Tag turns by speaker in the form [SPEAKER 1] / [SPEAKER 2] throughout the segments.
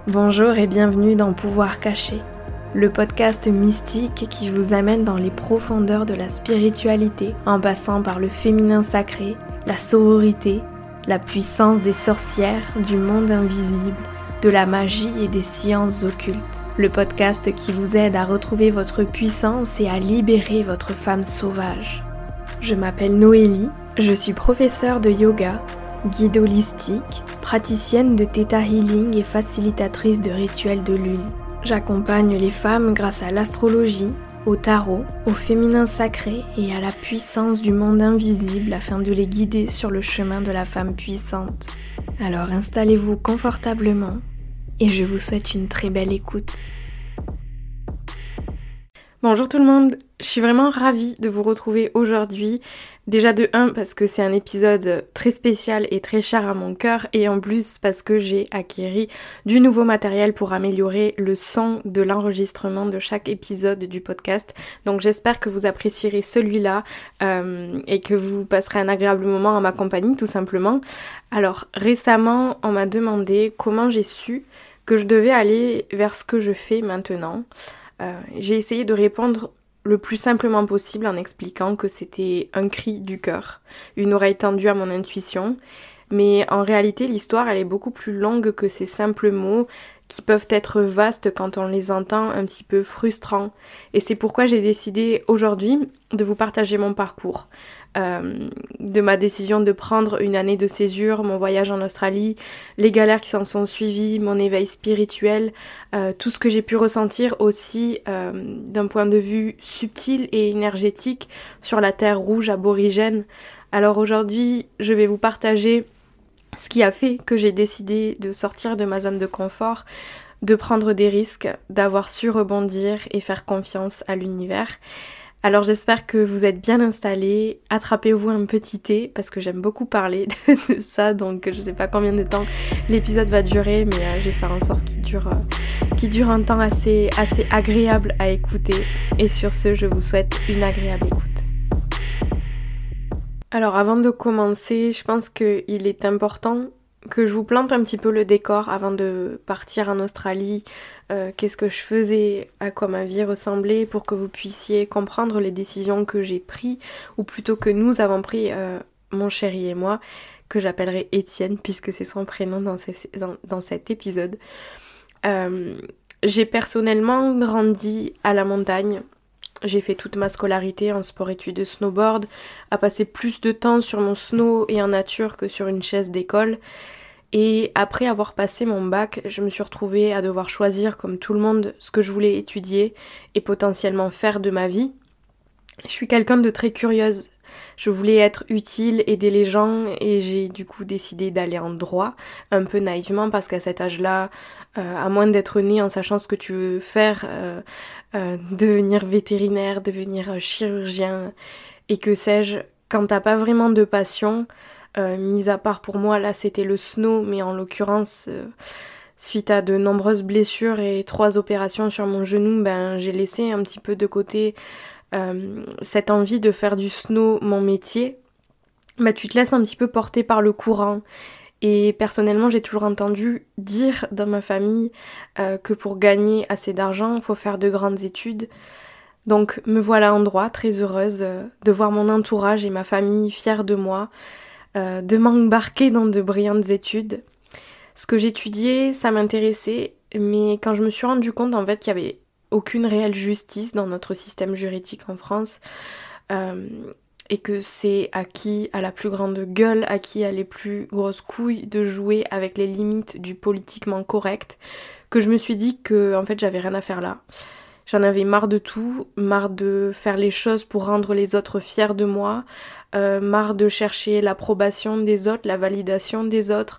[SPEAKER 1] Bonjour et bienvenue dans Pouvoir caché, le podcast mystique qui vous amène dans les profondeurs de la spiritualité en passant par le féminin sacré, la sororité, la puissance des sorcières, du monde invisible, de la magie et des sciences occultes. Le podcast qui vous aide à retrouver votre puissance et à libérer votre femme sauvage. Je m'appelle Noélie, je suis professeure de yoga, guide holistique, praticienne de Theta Healing et facilitatrice de rituels de lune. J'accompagne les femmes grâce à l'astrologie, au tarot, au féminin sacré et à la puissance du monde invisible afin de les guider sur le chemin de la femme puissante. Alors installez-vous confortablement et je vous souhaite une très belle écoute. Bonjour tout le monde, je suis vraiment ravie de vous retrouver aujourd'hui. Déjà de 1 parce que c'est un épisode très spécial et très cher à mon cœur et en plus parce que j'ai acquis du nouveau matériel pour améliorer le son de l'enregistrement de chaque épisode du podcast. Donc j'espère que vous apprécierez celui-là et que vous passerez un agréable moment à ma compagnie tout simplement. Alors récemment on m'a demandé comment j'ai su que je devais aller vers ce que je fais maintenant. J'ai essayé de répondre le plus simplement possible en expliquant que c'était un cri du cœur, une oreille tendue à mon intuition, mais en réalité l'histoire elle est beaucoup plus longue que ces simples mots qui peuvent être vastes quand on les entend un petit peu frustrants. Et c'est pourquoi j'ai décidé aujourd'hui de vous partager mon parcours, de ma décision de prendre une année de césure, mon voyage en Australie, les galères qui s'en sont suivies, mon éveil spirituel, tout ce que j'ai pu ressentir aussi d'un point de vue subtil et énergétique sur la terre rouge aborigène. Alors aujourd'hui, je vais vous partager ce qui a fait que j'ai décidé de sortir de ma zone de confort, de prendre des risques, d'avoir su rebondir et faire confiance à l'univers. Alors j'espère que vous êtes bien installés, attrapez-vous un petit thé parce que j'aime beaucoup parler de ça, donc je sais pas combien de temps l'épisode va durer, mais je vais faire en sorte qu'il dure un temps assez agréable à écouter. Et sur ce, je vous souhaite une agréable écoute. Alors avant de commencer, je pense qu'il est important que je vous plante un petit peu le décor avant de partir en Australie, qu'est-ce que je faisais, à quoi ma vie ressemblait, pour que vous puissiez comprendre les décisions que j'ai prises, ou plutôt que nous avons pris, mon chéri et moi, que j'appellerai Étienne puisque c'est son prénom dans cet épisode. J'ai personnellement grandi à la montagne. J'ai fait toute ma scolarité en sport-études de snowboard, à passer plus de temps sur mon snow et en nature que sur une chaise d'école. Et après avoir passé mon bac, je me suis retrouvée à devoir choisir, comme tout le monde, ce que je voulais étudier et potentiellement faire de ma vie. Je suis quelqu'un de très curieuse. Je voulais être utile, aider les gens et j'ai du coup décidé d'aller en droit, un peu naïvement parce qu'à cet âge-là, à moins d'être né en sachant ce que tu veux faire, devenir vétérinaire, devenir chirurgien et que sais-je, quand t'as pas vraiment de passion, mis à part pour moi là c'était le snow, mais en l'occurrence suite à de nombreuses blessures et 3 opérations sur mon genou, j'ai laissé un petit peu de côté cette envie de faire du snow mon métier. Tu te laisses un petit peu porter par le courant. Et personnellement, j'ai toujours entendu dire dans ma famille que pour gagner assez d'argent, il faut faire de grandes études. Donc me voilà en droit, très heureuse de voir mon entourage et ma famille fiers de moi, de m'embarquer dans de brillantes études. Ce que j'étudiais, ça m'intéressait, mais quand je me suis rendu compte en fait qu'il y avait aucune réelle justice dans notre système juridique en France, et que c'est à qui a la plus grande gueule, à qui a les plus grosses couilles de jouer avec les limites du politiquement correct, que je me suis dit que en fait j'avais rien à faire là. J'en avais marre de tout, marre de faire les choses pour rendre les autres fiers de moi, marre de chercher l'approbation des autres, la validation des autres,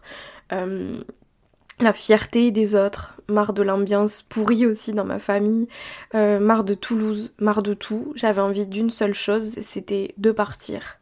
[SPEAKER 1] la fierté des autres, marre de l'ambiance pourrie aussi dans ma famille, marre de Toulouse, marre de tout. J'avais envie d'une seule chose, c'était de partir.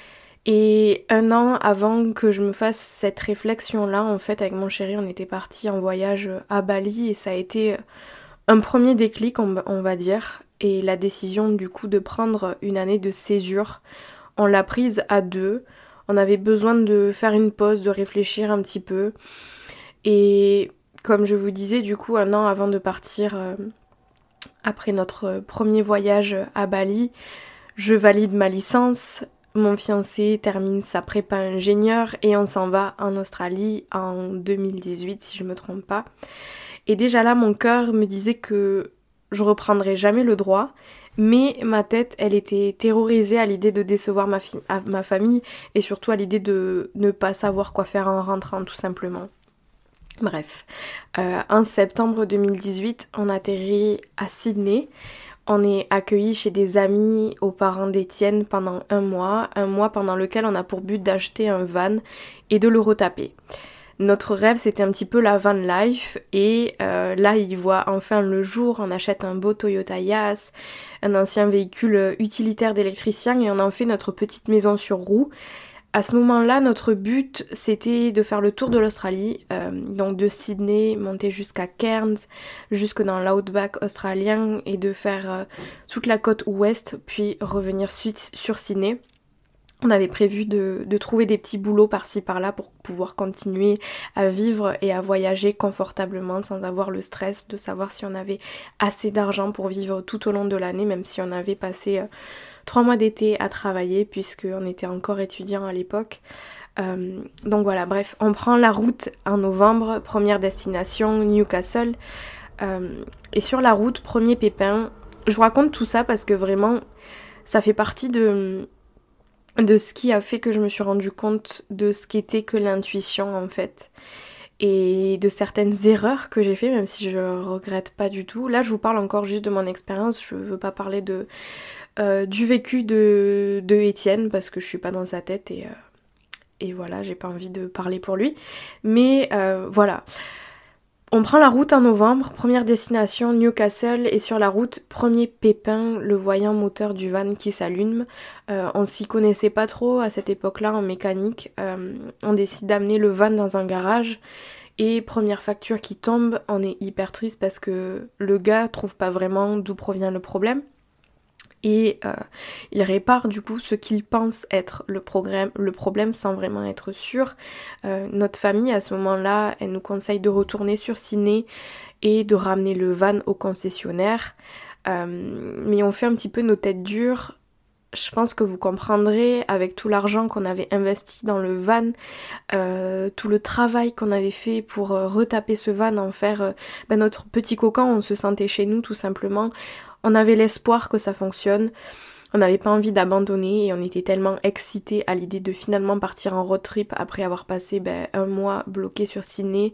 [SPEAKER 1] Et 1 an avant que je me fasse cette réflexion-là, en fait, avec mon chéri, on était partis en voyage à Bali et ça a été un premier déclic, on va dire. Et la décision, du coup, de prendre une année de césure, on l'a prise à 2. On avait besoin de faire une pause, de réfléchir un petit peu. Et comme je vous disais, du coup, 1 an avant de partir, après notre premier voyage à Bali, je valide ma licence, mon fiancé termine sa prépa ingénieur et on s'en va en Australie en 2018 si je me trompe pas. Et déjà là, mon cœur me disait que je reprendrais jamais le droit, mais ma tête, elle était terrorisée à l'idée de décevoir ma famille et surtout à l'idée de ne pas savoir quoi faire en rentrant tout simplement. Bref, en septembre 2018, on atterrit à Sydney. On est accueillis chez des amis aux parents d'Étienne pendant un mois pendant lequel on a pour but d'acheter un van et de le retaper. Notre rêve, c'était un petit peu la van life et là, il voit enfin le jour. On achète un beau Toyota Yaris, un ancien véhicule utilitaire d'électricien et on en fait notre petite maison sur roue. À ce moment-là, notre but, c'était de faire le tour de l'Australie, donc de Sydney, monter jusqu'à Cairns, jusque dans l'outback australien, et de faire toute la côte ouest, puis revenir sur Sydney. On avait prévu de trouver des petits boulots par-ci par-là pour pouvoir continuer à vivre et à voyager confortablement sans avoir le stress de savoir si on avait assez d'argent pour vivre tout au long de l'année, même si on avait passé 3 mois d'été à travailler puisqu'on était encore étudiants à l'époque. Donc voilà, bref, on prend la route en novembre, première destination Newcastle. Et sur la route, premier pépin. Je vous raconte tout ça parce que vraiment, ça fait partie de ce qui a fait que je me suis rendu compte de ce qu'était que l'intuition en fait. Et de certaines erreurs que j'ai fait, même si je regrette pas du tout. Là, je vous parle encore juste de mon expérience, je veux pas parler du vécu de Étienne parce que je suis pas dans sa tête et voilà, j'ai pas envie de parler pour lui. Mais voilà. On prend la route en novembre, première destination Newcastle et sur la route, premier pépin, le voyant moteur du van qui s'allume. On s'y connaissait pas trop à cette époque-là en mécanique. On décide d'amener le van dans un garage et première facture qui tombe, on est hyper triste parce que le gars trouve pas vraiment d'où provient le problème. Et il répare du coup ce qu'il pense être le problème sans vraiment être sûr. Notre famille à ce moment-là, elle nous conseille de retourner sur Sydney et de ramener le van au concessionnaire. Mais on fait un petit peu nos têtes dures. Je pense que vous comprendrez avec tout l'argent qu'on avait investi dans le van, tout le travail qu'on avait fait pour retaper ce van, en faire notre petit cocon, on se sentait chez nous tout simplement. On avait l'espoir que ça fonctionne, on n'avait pas envie d'abandonner et on était tellement excités à l'idée de finalement partir en road trip après avoir passé 1 mois bloqué sur Sydney.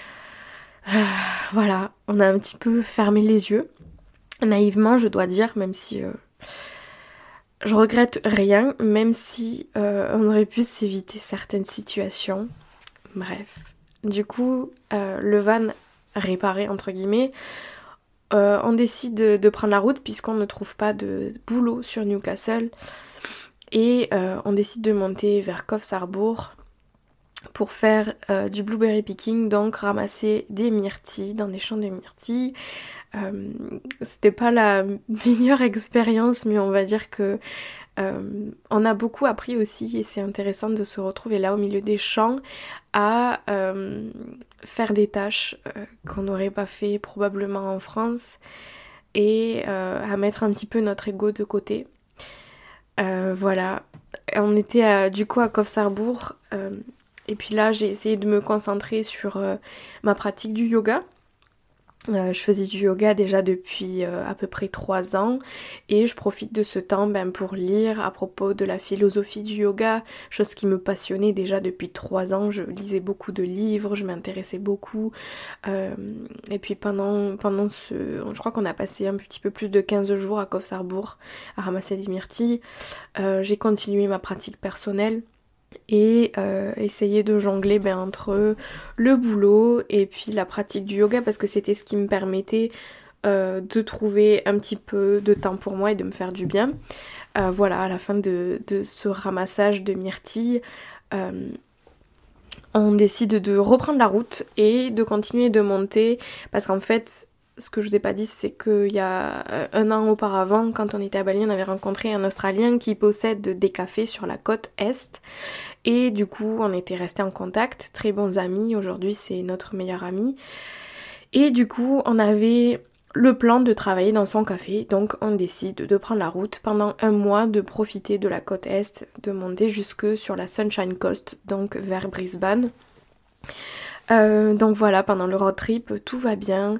[SPEAKER 1] Voilà, on a un petit peu fermé les yeux, naïvement je dois dire, même si je regrette rien, même si on aurait pu s'éviter certaines situations. Bref, du coup, le van réparé entre guillemets, on décide de prendre la route puisqu'on ne trouve pas de boulot sur Newcastle et on décide de monter vers Coffs Harbour pour faire du blueberry picking, donc ramasser des myrtilles dans des champs de myrtilles. C'était pas la meilleure expérience, mais on va dire que on a beaucoup appris aussi et c'est intéressant de se retrouver là au milieu des champs à faire des tâches qu'on n'aurait pas fait probablement en France et à mettre un petit peu notre ego de côté. Voilà, on était du coup à Coffs Harbour et puis là j'ai essayé de me concentrer sur ma pratique du yoga. Je faisais du yoga déjà depuis à peu près 3 ans et je profite de ce temps pour lire à propos de la philosophie du yoga, chose qui me passionnait déjà depuis 3 ans. Je lisais beaucoup de livres, je m'intéressais beaucoup et puis pendant je crois qu'on a passé un petit peu plus de 15 jours à Coffs Harbour à ramasser des myrtilles. J'ai continué ma pratique personnelle et essayer de jongler entre le boulot et puis la pratique du yoga parce que c'était ce qui me permettait de trouver un petit peu de temps pour moi et de me faire du bien. Voilà, à la fin de ce ramassage de myrtilles, on décide de reprendre la route et de continuer de monter parce qu'en fait ce que je vous ai pas dit, c'est qu'il y a 1 an auparavant, quand on était à Bali, on avait rencontré un Australien qui possède des cafés sur la côte Est. Et du coup, on était restés en contact, très bons amis. Aujourd'hui, c'est notre meilleur ami. Et du coup, on avait le plan de travailler dans son café. Donc, on décide de prendre la route pendant 1 mois, de profiter de la côte Est, de monter jusque sur la Sunshine Coast, donc vers Brisbane. Donc voilà, pendant le road trip, tout va bien.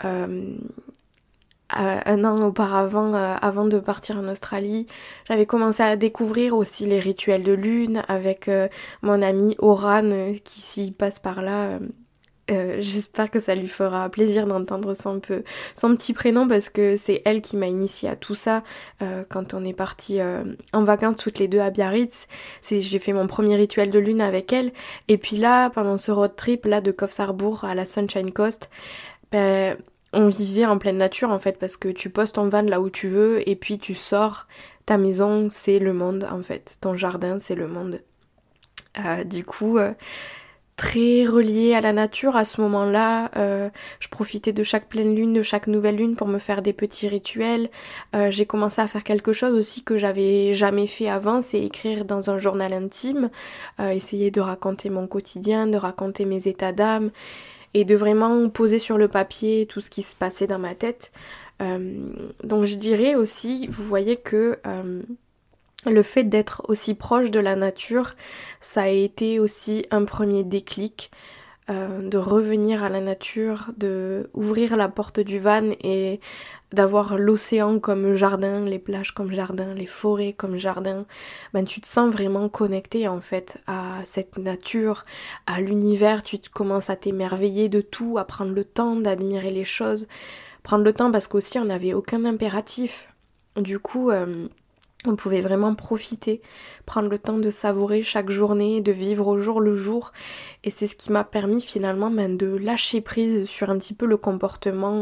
[SPEAKER 1] 1 an auparavant, avant de partir en Australie, j'avais commencé à découvrir aussi les rituels de lune avec mon amie Oran qui s'y passe par là. J'espère que ça lui fera plaisir d'entendre son petit prénom parce que c'est elle qui m'a initiée à tout ça quand on est partis en vacances toutes les deux à Biarritz. J'ai fait mon premier rituel de lune avec elle. Et puis là, pendant ce road trip là de Coffs Harbour à la Sunshine Coast, ben, on vivait en pleine nature en fait parce que tu poses ton van là où tu veux et puis tu sors. Ta maison, c'est le monde en fait. Ton jardin, c'est le monde. Du coup... très reliée à la nature à ce moment-là. Je profitais de chaque pleine lune, de chaque nouvelle lune pour me faire des petits rituels. J'ai commencé à faire quelque chose aussi que j'avais jamais fait avant, c'est écrire dans un journal intime, essayer de raconter mon quotidien, de raconter mes états d'âme et de vraiment poser sur le papier tout ce qui se passait dans ma tête. Donc je dirais aussi, vous voyez que... le fait d'être aussi proche de la nature, ça a été aussi un premier déclic, de revenir à la nature, de ouvrir la porte du van et d'avoir l'océan comme jardin, les plages comme jardin, les forêts comme jardin. Ben, tu te sens vraiment connecté en fait à cette nature, à l'univers, tu commences à t'émerveiller de tout, à prendre le temps d'admirer les choses, prendre le temps parce qu'aussi on n'avait aucun impératif. Du coup... on pouvait vraiment profiter, prendre le temps de savourer chaque journée, de vivre au jour le jour. Et c'est ce qui m'a permis finalement de lâcher prise sur un petit peu le comportement.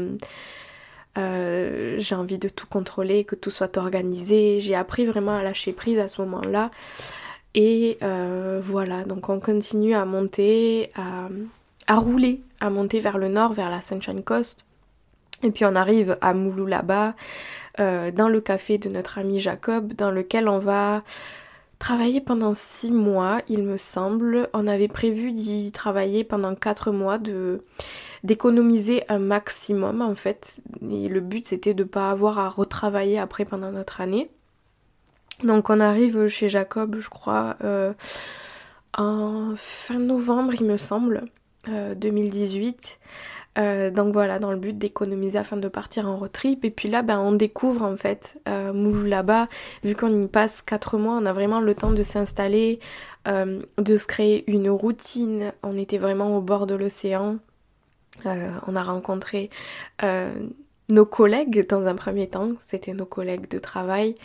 [SPEAKER 1] J'ai envie de tout contrôler, que tout soit organisé. J'ai appris vraiment à lâcher prise à ce moment-là. Et voilà, donc on continue à monter, à rouler, à monter vers le nord, vers la Sunshine Coast. Et puis on arrive à Mooloolaba, dans le café de notre ami Jacob, dans lequel on va travailler pendant 6 mois, il me semble. On avait prévu d'y travailler pendant 4 mois, d'économiser un maximum en fait. Et le but c'était de ne pas avoir à retravailler après pendant notre année. Donc on arrive chez Jacob, je crois, en fin novembre il me semble, 2018. Donc voilà, dans le but d'économiser afin de partir en road trip. Et puis là, on découvre en fait Mooloolaba. Vu qu'on y passe 4 mois, on a vraiment le temps de s'installer, de se créer une routine. On était vraiment au bord de l'océan. On a rencontré nos collègues dans un premier temps. C'était nos collègues de travail.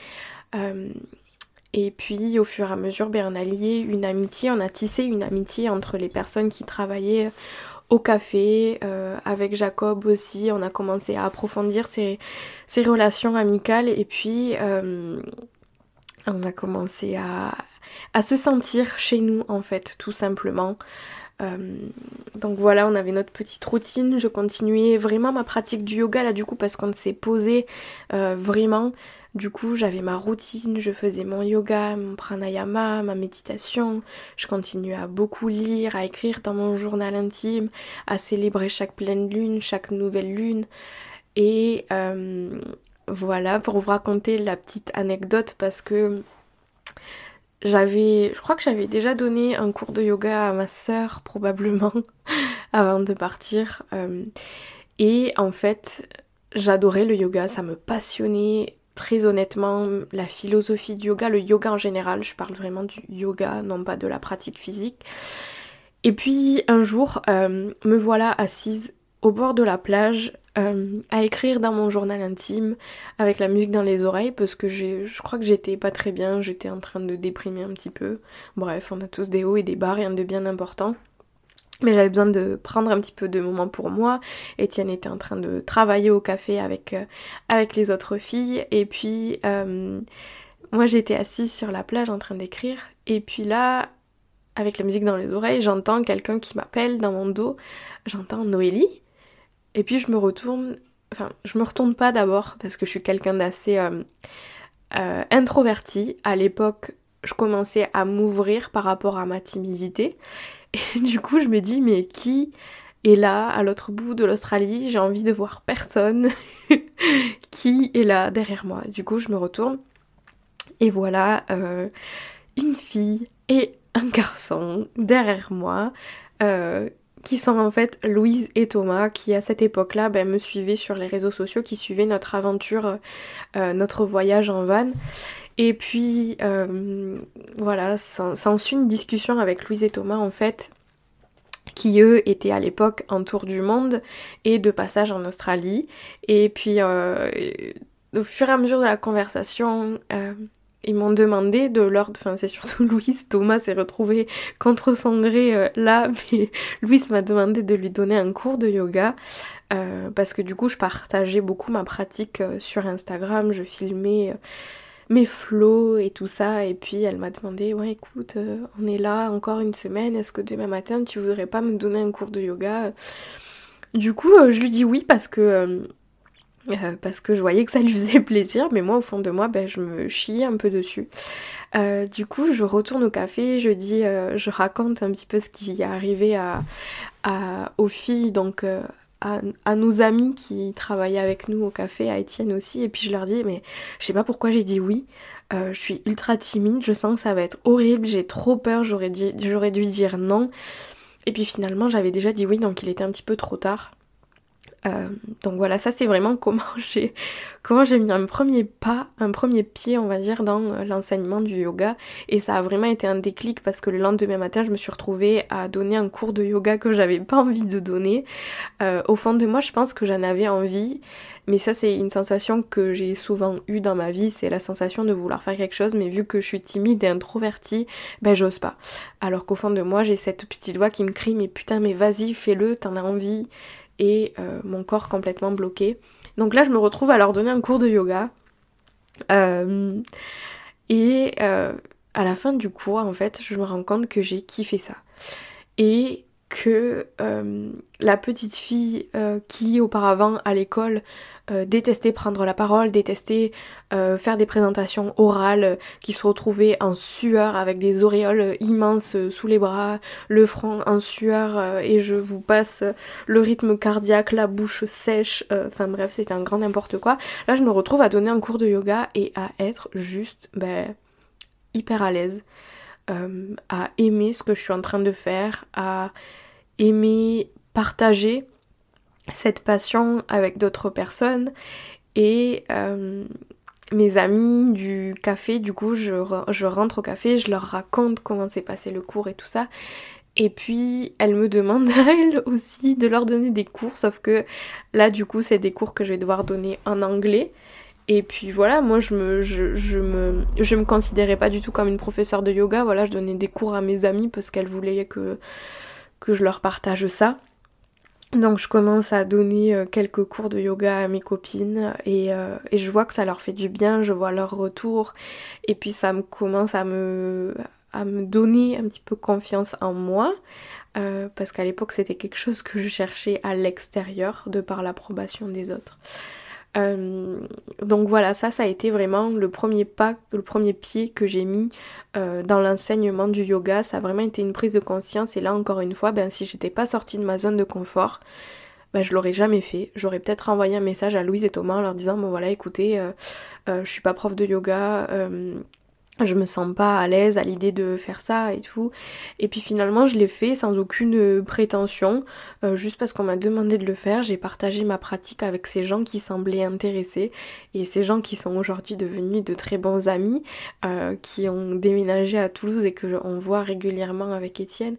[SPEAKER 1] Et puis au fur et à mesure, on a lié une amitié. On a tissé une amitié entre les personnes qui travaillaient au café, avec Jacob aussi, on a commencé à approfondir ces relations amicales et puis on a commencé à se sentir chez nous en fait, tout simplement. Donc voilà, on avait notre petite routine, je continuais vraiment ma pratique du yoga là du coup parce qu'on s'est posé vraiment. Du coup, j'avais ma routine, je faisais mon yoga, mon pranayama, ma méditation. Je continuais à beaucoup lire, à écrire dans mon journal intime, à célébrer chaque pleine lune, chaque nouvelle lune. Et voilà, pour vous raconter la petite anecdote, parce que je crois que j'avais déjà donné un cours de yoga à ma sœur, probablement, avant de partir. Et en fait, j'adorais le yoga, ça me passionnait. Très honnêtement, la philosophie du yoga, le yoga en général, je parle vraiment du yoga, non pas de la pratique physique. Et puis un jour, me voilà assise au bord de la plage, à écrire dans mon journal intime, avec la musique dans les oreilles, parce que je crois que j'étais pas très bien, j'étais en train de déprimer un petit peu. Bref, on a tous des hauts et des bas, rien de bien important. Mais j'avais besoin de prendre un petit peu de moments pour moi. Étienne était en train de travailler au café avec les autres filles. Et puis, moi j'étais assise sur la plage en train d'écrire. Et puis là, avec la musique dans les oreilles, j'entends quelqu'un qui m'appelle dans mon dos. J'entends Noélie. Et puis je me retourne, enfin je me retourne pas d'abord parce que je suis quelqu'un d'assez introverti. À l'époque, je commençais à m'ouvrir par rapport à ma timidité. Et du coup, je me dis, mais qui est là, à l'autre bout de l'Australie? J'ai envie de voir personne. Qui est là derrière moi? Du coup, je me retourne. Et voilà, une fille et un garçon derrière moi. Qui sont en fait Louise et Thomas, qui à cette époque-là me suivaient sur les réseaux sociaux, qui suivaient notre aventure, notre voyage en van. Et puis voilà, s'ensuit une discussion avec Louise et Thomas en fait, qui eux étaient à l'époque en tour du monde et de passage en Australie. Et puis au fur et à mesure de la conversation, ils m'ont demandé de leur... Enfin c'est surtout Louise, Thomas s'est retrouvé contre son gré là, mais Louise m'a demandé de lui donner un cours de yoga. Parce que du coup je partageais beaucoup ma pratique sur Instagram, je filmais mes flots et tout ça, et puis elle m'a demandé ouais écoute on est là encore une semaine, est-ce que demain matin tu voudrais pas me donner un cours de yoga? Du coup je lui dis oui parce que je voyais que ça lui faisait plaisir, mais moi au fond de moi je me chiais un peu dessus. Du coup je retourne au café, je dis je raconte un petit peu ce qui est arrivé aux filles, donc à nos amis qui travaillaient avec nous au café, à Étienne aussi, et puis je leur dis mais je sais pas pourquoi j'ai dit oui, je suis ultra timide, je sens que ça va être horrible, j'ai trop peur, j'aurais dû dire non, et puis finalement j'avais déjà dit oui, donc il était un petit peu trop tard. Donc voilà, ça c'est vraiment comment j'ai mis un premier pied on va dire dans l'enseignement du yoga, et ça a vraiment été un déclic parce que le lendemain matin je me suis retrouvée à donner un cours de yoga que j'avais pas envie de donner. Au fond de moi je pense que j'en avais envie, mais ça c'est une sensation que j'ai souvent eue dans ma vie, c'est la sensation de vouloir faire quelque chose, mais vu que je suis timide et introvertie, j'ose pas. Alors qu'au fond de moi j'ai cette petite voix qui me crie mais putain mais vas-y fais-le, t'en as envie, et mon corps complètement bloqué. Donc là je me retrouve à leur donner un cours de yoga et à la fin du cours en fait je me rends compte que j'ai kiffé ça, et que la petite fille qui auparavant à l'école détestait prendre la parole, détestait faire des présentations orales, qui se retrouvait en sueur avec des auréoles immenses sous les bras, le front en sueur, et je vous passe le rythme cardiaque, la bouche sèche, enfin bref c'était un grand n'importe quoi. Là je me retrouve à donner un cours de yoga et à être juste hyper à l'aise, à aimer ce que je suis en train de faire, à aimer partager cette passion avec d'autres personnes. Et mes amis du café, du coup je rentre au café, je leur raconte comment s'est passé le cours et tout ça, et puis elles me demandent elles aussi de leur donner des cours, sauf que là du coup c'est des cours que je vais devoir donner en anglais. Et puis voilà, moi je me considérais pas du tout comme une professeure de yoga, voilà, je donnais des cours à mes amis parce qu'elles voulaient que je leur partage ça. Donc je commence à donner quelques cours de yoga à mes copines, et je vois que ça leur fait du bien, je vois leur retour, et puis ça me commence à me donner un petit peu confiance en moi, parce qu'à l'époque c'était quelque chose que je cherchais à l'extérieur de par l'approbation des autres. Donc voilà, ça a été vraiment le premier pied que j'ai mis dans l'enseignement du yoga. Ça a vraiment été une prise de conscience, et là encore une fois, si j'étais pas sortie de ma zone de confort, je l'aurais jamais fait. J'aurais peut-être envoyé un message à Louise et Thomas en leur disant bon voilà écoutez, je suis pas prof de yoga, je me sens pas à l'aise à l'idée de faire ça et tout. Et puis finalement je l'ai fait sans aucune prétention, juste parce qu'on m'a demandé de le faire. J'ai partagé ma pratique avec ces gens qui semblaient intéressés, et ces gens qui sont aujourd'hui devenus de très bons amis, qui ont déménagé à Toulouse et que on voit régulièrement avec Étienne.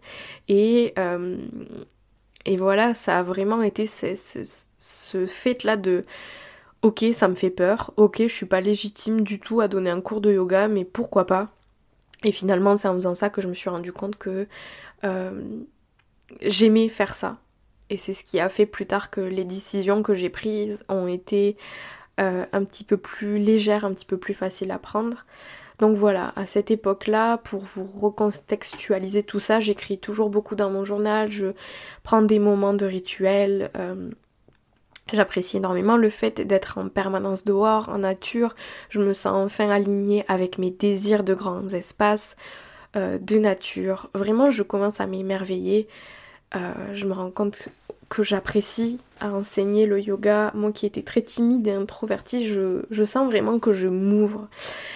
[SPEAKER 1] Et voilà, ça a vraiment été ce fait-là de ok, ça me fait peur, ok, je suis pas légitime du tout à donner un cours de yoga, mais pourquoi pas? Et finalement, c'est en faisant ça que je me suis rendu compte que j'aimais faire ça. Et c'est ce qui a fait plus tard que les décisions que j'ai prises ont été un petit peu plus légères, un petit peu plus faciles à prendre. Donc voilà, à cette époque-là, pour vous recontextualiser tout ça, j'écris toujours beaucoup dans mon journal, je prends des moments de rituel, J'apprécie énormément le fait d'être en permanence dehors, en nature. Je me sens enfin alignée avec mes désirs de grands espaces, de nature. Vraiment, je commence à m'émerveiller. Je me rends compte que j'apprécie à enseigner le yoga. Moi qui étais très timide et introvertie, je sens vraiment que je m'ouvre.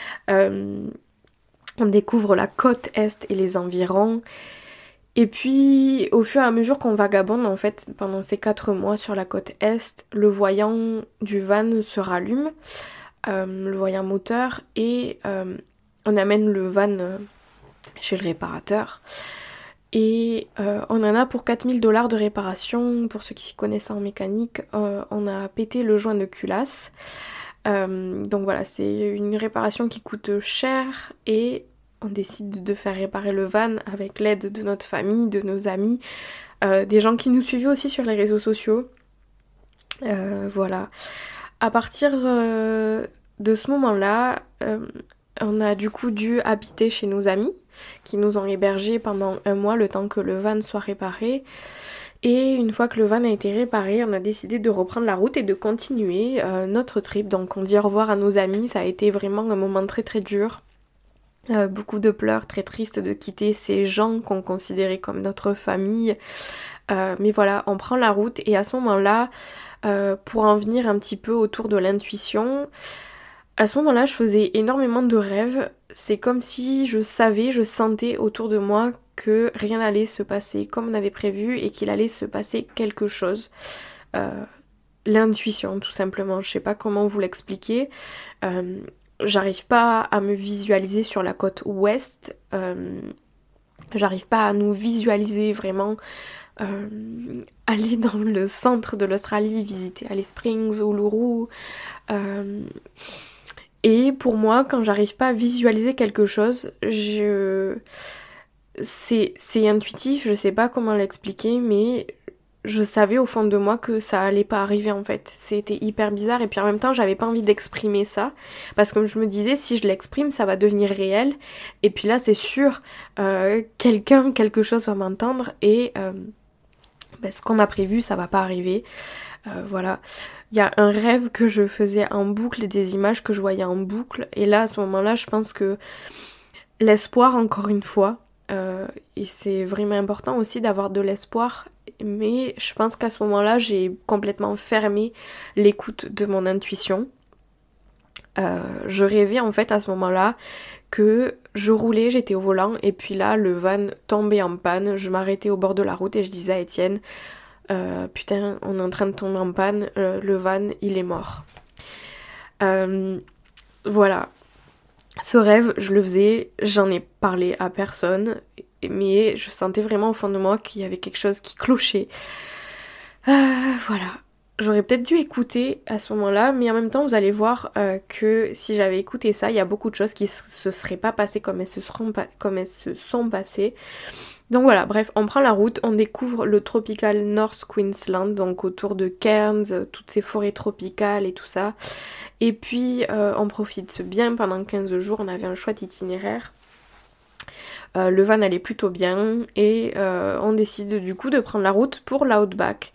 [SPEAKER 1] On découvre la côte est et les environs. Et puis, au fur et à mesure qu'on vagabonde, en fait, pendant ces 4 mois sur la côte est, le voyant du van se rallume, le voyant moteur, et on amène le van chez le réparateur. Et on en a pour 4000 $ de réparation. Pour ceux qui s'y connaissent en mécanique, on a pété le joint de culasse. Donc voilà, c'est une réparation qui coûte cher et on décide de faire réparer le van avec l'aide de notre famille, de nos amis, des gens qui nous suivaient aussi sur les réseaux sociaux. Voilà. À partir de ce moment-là, on a du coup dû habiter chez nos amis qui nous ont hébergés pendant 1 mois le temps que le van soit réparé. Et une fois que le van a été réparé, on a décidé de reprendre la route et de continuer notre trip. Donc on dit au revoir à nos amis, ça a été vraiment un moment très très dur. Beaucoup de pleurs, très triste de quitter ces gens qu'on considérait comme notre famille. Mais voilà, on prend la route et à ce moment-là, pour en venir un petit peu autour de l'intuition, à ce moment-là, je faisais énormément de rêves. C'est comme si je savais, je sentais autour de moi que rien n'allait se passer comme on avait prévu et qu'il allait se passer quelque chose. L'intuition, tout simplement. Je sais pas comment vous l'expliquer. J'arrive pas à me visualiser sur la côte ouest. J'arrive pas à nous visualiser vraiment aller dans le centre de l'Australie, visiter Alice Springs, Uluru. Et pour moi, quand j'arrive pas à visualiser quelque chose, c'est intuitif, je sais pas comment l'expliquer, mais je savais au fond de moi que ça allait pas arriver en fait. C'était hyper bizarre et puis en même temps j'avais pas envie d'exprimer ça parce que je me disais si je l'exprime ça va devenir réel et puis là c'est sûr quelque chose va m'entendre et ce qu'on a prévu ça va pas arriver. Voilà. Il y a un rêve que je faisais en boucle et des images que je voyais en boucle et là à ce moment-là je pense que l'espoir encore une fois et c'est vraiment important aussi d'avoir de l'espoir. Mais je pense qu'à ce moment-là, j'ai complètement fermé l'écoute de mon intuition. Je rêvais en fait à ce moment-là que je roulais, j'étais au volant et puis là, le van tombait en panne. Je m'arrêtais au bord de la route et je disais à Étienne, putain, on est en train de tomber en panne, le van, il est mort. Voilà. Ce rêve, je le faisais, j'en ai parlé à personne, mais je sentais vraiment au fond de moi qu'il y avait quelque chose qui clochait. Voilà. J'aurais peut-être dû écouter à ce moment-là, mais en même temps, vous allez voir que si j'avais écouté ça, il y a beaucoup de choses qui se seraient pas passées comme elles se sont passées. Donc voilà, bref, on prend la route, on découvre le tropical North Queensland, donc autour de Cairns, toutes ces forêts tropicales et tout ça. Et puis on profite bien pendant 15 jours, on avait un chouette itinéraire. Le van allait plutôt bien et on décide du coup de prendre la route pour l'Outback,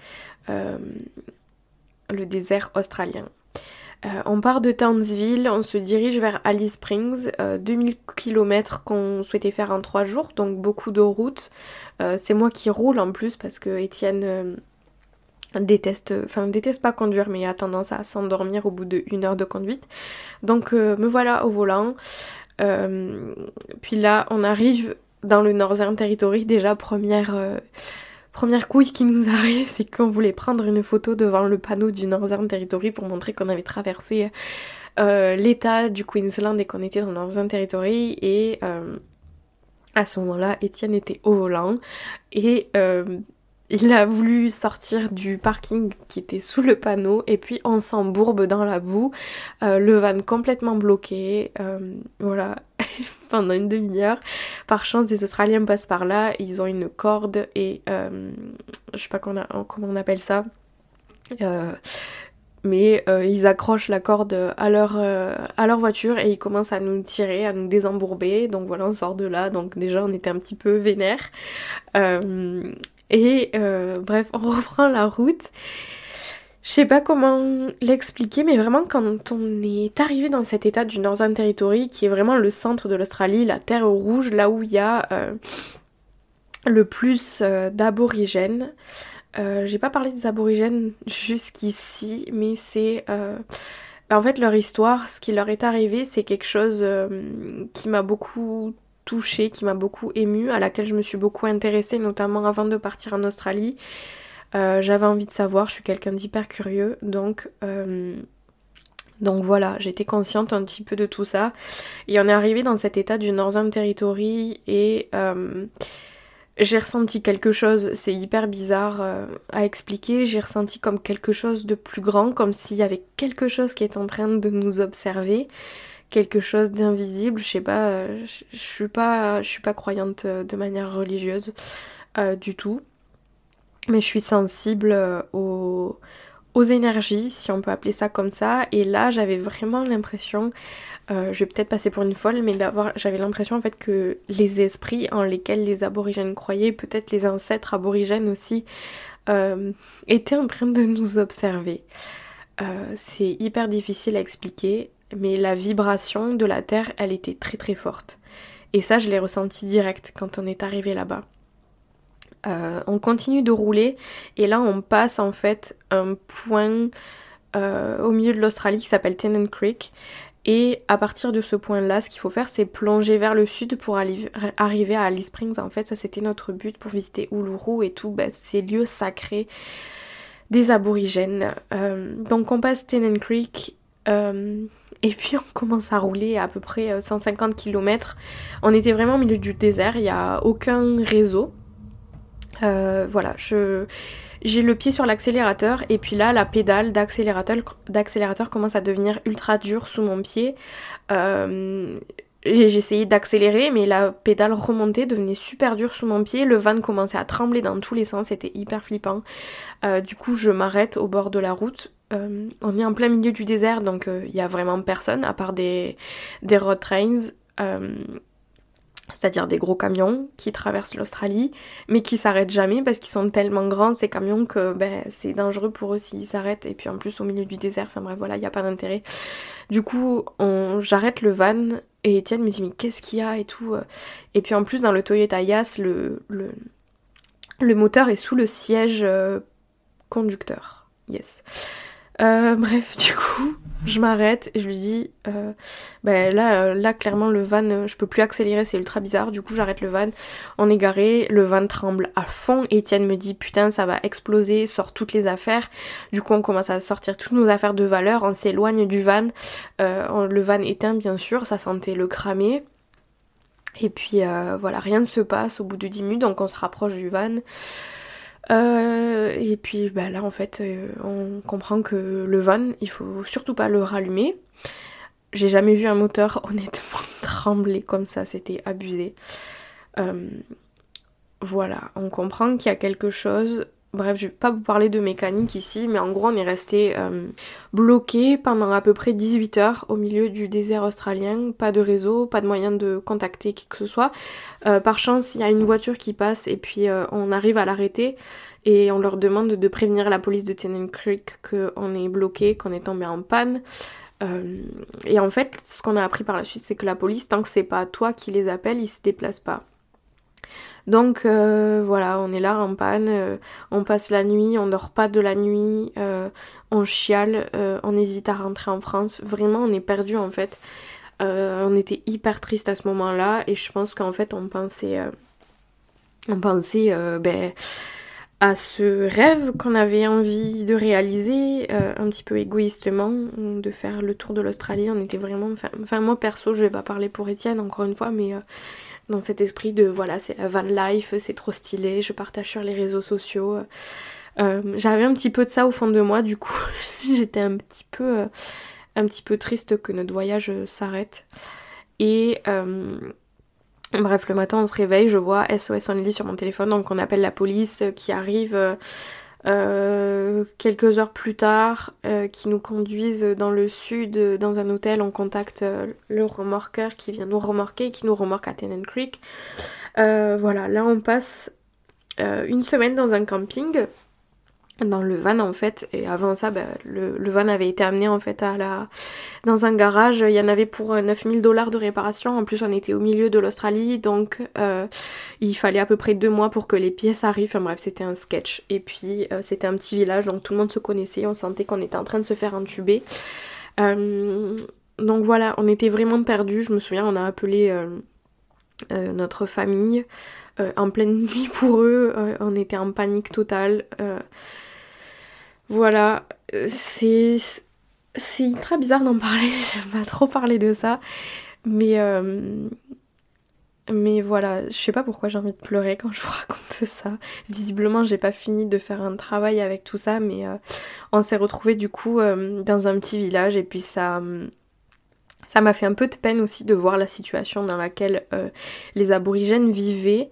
[SPEAKER 1] le désert australien. On part de Townsville, on se dirige vers Alice Springs, 2000 km qu'on souhaitait faire en 3 jours, donc beaucoup de route. C'est moi qui roule en plus parce que Étienne déteste pas conduire mais a tendance à s'endormir au bout d'1 heure de conduite. Donc me voilà au volant. Puis là on arrive dans le Northern Territory, déjà première couille qui nous arrive, c'est qu'on voulait prendre une photo devant le panneau du Northern Territory pour montrer qu'on avait traversé l'état du Queensland et qu'on était dans le Northern Territory et à ce moment-là Étienne était au volant et il a voulu sortir du parking qui était sous le panneau et puis on s'embourbe dans la boue, le van complètement bloqué, voilà, pendant une demi-heure. Par chance, des Australiens passent par là, ils ont une corde et je sais pas comment on appelle ça, mais ils accrochent la corde à leur voiture et ils commencent à nous tirer, à nous désembourber. Donc voilà, on sort de là, donc déjà on était un petit peu vénère. Bref, on reprend la route. Je sais pas comment l'expliquer, mais vraiment quand on est arrivé dans cet état du Northern Territory, qui est vraiment le centre de l'Australie, la terre rouge, là où il y a le plus d'aborigènes. J'ai pas parlé des aborigènes jusqu'ici, mais c'est... en fait, leur histoire, ce qui leur est arrivé, c'est quelque chose qui m'a beaucoup touchée, qui m'a beaucoup émue, à laquelle je me suis beaucoup intéressée, notamment avant de partir en Australie. J'avais envie de savoir, je suis quelqu'un d'hyper curieux, donc voilà, j'étais consciente un petit peu de tout ça. Et on est arrivé dans cet état du Northern Territory et j'ai ressenti quelque chose, c'est hyper bizarre à expliquer, j'ai ressenti comme quelque chose de plus grand, comme s'il y avait quelque chose qui est en train de nous observer, quelque chose d'invisible, je sais pas, je suis pas croyante de manière religieuse du tout, mais je suis sensible aux énergies, si on peut appeler ça comme ça, et là j'avais vraiment l'impression, je vais peut-être passer pour une folle, mais j'avais l'impression en fait que les esprits en lesquels les aborigènes croyaient, peut-être les ancêtres aborigènes aussi, étaient en train de nous observer. C'est hyper difficile à expliquer, mais la vibration de la Terre, elle était très très forte. Et ça, je l'ai ressenti direct quand on est arrivé là-bas. On continue de rouler et là on passe en fait un point au milieu de l'Australie qui s'appelle Tennant Creek et à partir de ce point là ce qu'il faut faire c'est plonger vers le sud pour arriver à Alice Springs. En fait ça c'était notre but pour visiter Uluru et tout, ces lieux sacrés des aborigènes. Donc on passe Tennant Creek et puis on commence à rouler à peu près 150 km. On était vraiment au milieu du désert, il n'y a aucun réseau. Voilà, j'ai le pied sur l'accélérateur et puis là la pédale d'accélérateur commence à devenir ultra dure sous mon pied. J'ai essayé d'accélérer mais la pédale remontée devenait super dure sous mon pied, le van commençait à trembler dans tous les sens, c'était hyper flippant. Du coup je m'arrête au bord de la route. On est en plein milieu du désert donc il y a vraiment personne à part des road trains. C'est-à-dire des gros camions qui traversent l'Australie, mais qui s'arrêtent jamais parce qu'ils sont tellement grands ces camions que c'est dangereux pour eux s'ils s'arrêtent, et puis en plus au milieu du désert, enfin bref voilà, il n'y a pas d'intérêt. Du coup, j'arrête le van et Étienne me dit mais qu'est-ce qu'il y a et tout. Et puis en plus dans le Toyota Yaris, le moteur est sous le siège conducteur. Yes. Bref, du coup, je m'arrête et je lui dis là clairement le van, je peux plus accélérer, c'est ultra bizarre. Du coup j'arrête le van, on est garé, le van tremble à fond. Étienne me dit putain ça va exploser, sort toutes les affaires. Du coup on commence à sortir toutes nos affaires de valeur, on s'éloigne du van, le van éteint bien sûr, ça sentait le cramer. Et puis voilà, rien ne se passe au bout de 10 minutes, donc on se rapproche du van. Et puis là en fait on comprend que le van il faut surtout pas le rallumer. J'ai jamais vu un moteur honnêtement trembler comme ça, c'était abusé. Voilà, on comprend qu'il y a quelque chose. Bref, je vais pas vous parler de mécanique ici, mais en gros on est resté bloqué pendant à peu près 18 heures au milieu du désert australien, pas de réseau, pas de moyen de contacter qui que ce soit. Par chance, il y a une voiture qui passe et puis on arrive à l'arrêter et on leur demande de prévenir la police de Tennant Creek qu'on est bloqué, qu'on est tombé en panne. Et en fait, ce qu'on a appris par la suite, c'est que la police, tant que c'est pas toi qui les appelle, ils se déplacent pas. Donc voilà, on est là en panne, on passe la nuit, on dort pas de la nuit, on chiale, on hésite à rentrer en France. Vraiment, on est perdu en fait. On était hyper triste à ce moment-là et je pense qu'en fait on pensait à ce rêve qu'on avait envie de réaliser, un petit peu égoïstement, de faire le tour de l'Australie. On était vraiment... Enfin moi perso, je vais pas parler pour Étienne encore une fois, mais dans cet esprit de voilà, c'est la van life, c'est trop stylé, je partage sur les réseaux sociaux. J'avais un petit peu de ça au fond de moi, du coup j'étais un petit peu triste que notre voyage s'arrête. Et bref, le matin on se réveille, je vois SOS Only sur mon téléphone, donc on appelle la police qui arrive quelques heures plus tard, qui nous conduisent dans le sud, dans un hôtel. On contacte le remorqueur qui vient nous remorquer, qui nous remorque à Tennant Creek. Voilà, là on passe une semaine dans un camping. dans le van en fait, et avant ça le van avait été amené en fait dans un garage. Il y en avait pour 9 000 $ de réparation. En plus on était au milieu de l'Australie, donc il fallait à peu près 2 mois pour que les pièces arrivent. Enfin bref, c'était un sketch. Et puis c'était un petit village, donc tout le monde se connaissait, on sentait qu'on était en train de se faire entuber. Donc voilà, on était vraiment perdus. Je me souviens, on a appelé notre famille en pleine nuit pour eux. On était en panique totale. Voilà, c'est ultra bizarre d'en parler, j'aime pas trop parler de ça, mais voilà, je sais pas pourquoi j'ai envie de pleurer quand je vous raconte ça. Visiblement, j'ai pas fini de faire un travail avec tout ça, mais on s'est retrouvés du coup dans un petit village, et puis ça m'a fait un peu de peine aussi de voir la situation dans laquelle les aborigènes vivaient.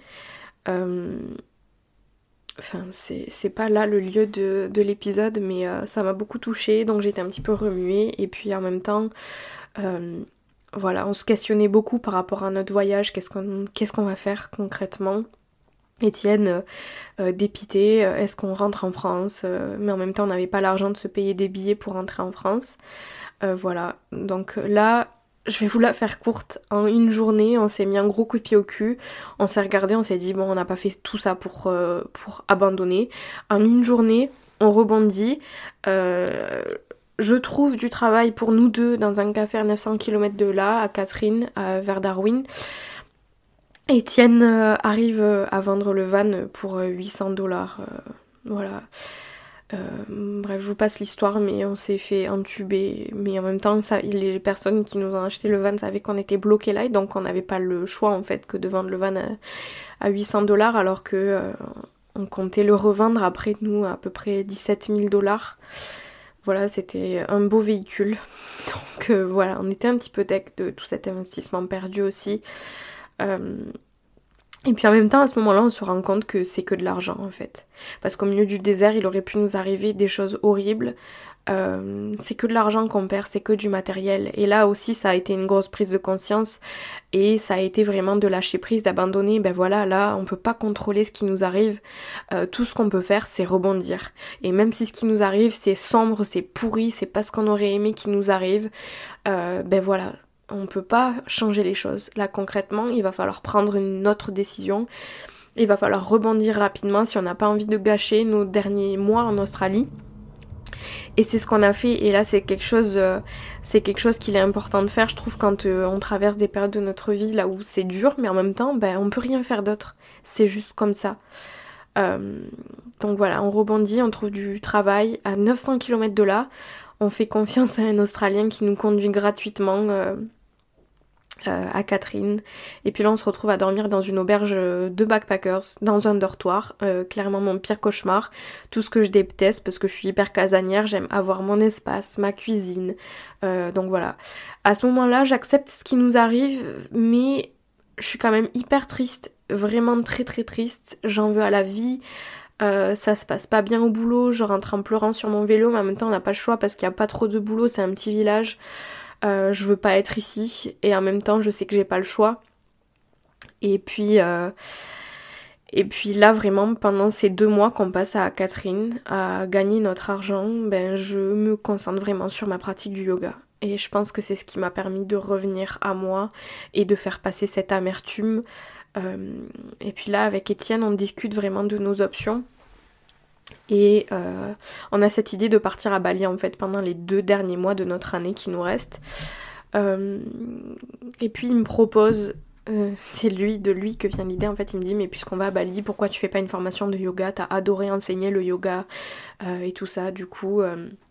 [SPEAKER 1] Enfin, c'est pas là le lieu de l'épisode, mais ça m'a beaucoup touchée, donc j'étais un petit peu remuée. Et puis en même temps, voilà, on se questionnait beaucoup par rapport à notre voyage, qu'est-ce qu'on va faire concrètement. Étienne, dépité, est-ce qu'on rentre en France, mais en même temps on n'avait pas l'argent de se payer des billets pour rentrer en France. Voilà, donc là, je vais vous la faire courte. En une journée, on s'est mis un gros coup de pied au cul. On s'est regardé, on s'est dit, bon, on n'a pas fait tout ça pour abandonner. En une journée, on rebondit. Je trouve du travail pour nous deux dans un café à 900 km de là, à Catherine, vers Darwin. Étienne arrive à vendre le van pour 800 $. Voilà. Bref, je vous passe l'histoire, mais on s'est fait entuber. Mais en même temps, les personnes qui nous ont acheté le van savaient qu'on était bloqués là, et donc on n'avait pas le choix en fait que de vendre le van à 800 $, alors que on comptait le revendre après nous à peu près 17 000 $. Voilà, c'était un beau véhicule. Donc voilà, on était un petit peu deck de tout cet investissement perdu aussi. Et puis en même temps, à ce moment-là, on se rend compte que c'est que de l'argent en fait. Parce qu'au milieu du désert, il aurait pu nous arriver des choses horribles. C'est que de l'argent qu'on perd, c'est que du matériel. Et là aussi, ça a été une grosse prise de conscience. Et ça a été vraiment de lâcher prise, d'abandonner. Ben voilà, là, on peut pas contrôler ce qui nous arrive. Tout ce qu'on peut faire, c'est rebondir. Et même si ce qui nous arrive, c'est sombre, c'est pourri, c'est pas ce qu'on aurait aimé qui nous arrive, ben voilà. On peut pas changer les choses. Là, concrètement, il va falloir prendre une autre décision. Il va falloir rebondir rapidement si on n'a pas envie de gâcher nos derniers mois en Australie. Et c'est ce qu'on a fait. Et là, c'est quelque chose qu'il est important de faire, je trouve, quand on traverse des périodes de notre vie là où c'est dur, mais en même temps, on peut rien faire d'autre. C'est juste comme ça. Donc voilà, on rebondit, on trouve du travail à 900 km de là. On fait confiance à un Australien qui nous conduit gratuitement à Catherine. Et puis là, on se retrouve à dormir dans une auberge de backpackers, dans un dortoir. Clairement mon pire cauchemar. Tout ce que je déteste parce que je suis hyper casanière, j'aime avoir mon espace, ma cuisine. Donc voilà. À ce moment-là, j'accepte ce qui nous arrive, mais je suis quand même hyper triste. Vraiment très très triste. J'en veux à la vie. Ça se passe pas bien au boulot. Je rentre en pleurant sur mon vélo, mais en même temps, on n'a pas le choix parce qu'il n'y a pas trop de boulot. C'est un petit village. Je veux pas être ici, et en même temps je sais que j'ai pas le choix. Et puis là vraiment pendant ces 2 mois qu'on passe à Catherine à gagner notre argent, je me concentre vraiment sur ma pratique du yoga. Et je pense que c'est ce qui m'a permis de revenir à moi et de faire passer cette amertume. Et puis là avec Étienne on discute vraiment de nos options. Et on a cette idée de partir à Bali en fait pendant les 2 derniers mois de notre année qui nous reste. Et puis il me propose, c'est de lui que vient l'idée en fait, il me dit mais puisqu'on va à Bali, pourquoi tu fais pas une formation de yoga, t'as adoré enseigner le yoga et tout ça. Du coup,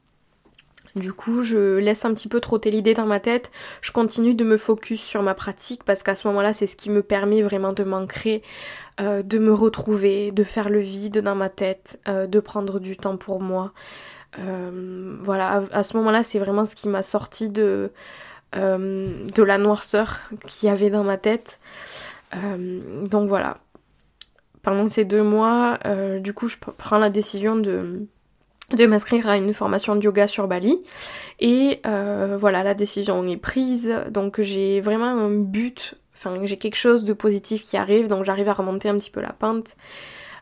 [SPEAKER 1] je laisse un petit peu trotter l'idée dans ma tête, je continue de me focus sur ma pratique parce qu'à ce moment-là, c'est ce qui me permet vraiment de m'ancrer, de me retrouver, de faire le vide dans ma tête, de prendre du temps pour moi. Voilà, à ce moment-là, c'est vraiment ce qui m'a sorti de la noirceur qu'il y avait dans ma tête. Donc voilà. Pendant ces 2 mois, du coup, je prends la décision de m'inscrire à une formation de yoga sur Bali. Et voilà, la décision est prise. Donc j'ai vraiment un but, j'ai quelque chose de positif qui arrive. Donc j'arrive à remonter un petit peu la pente.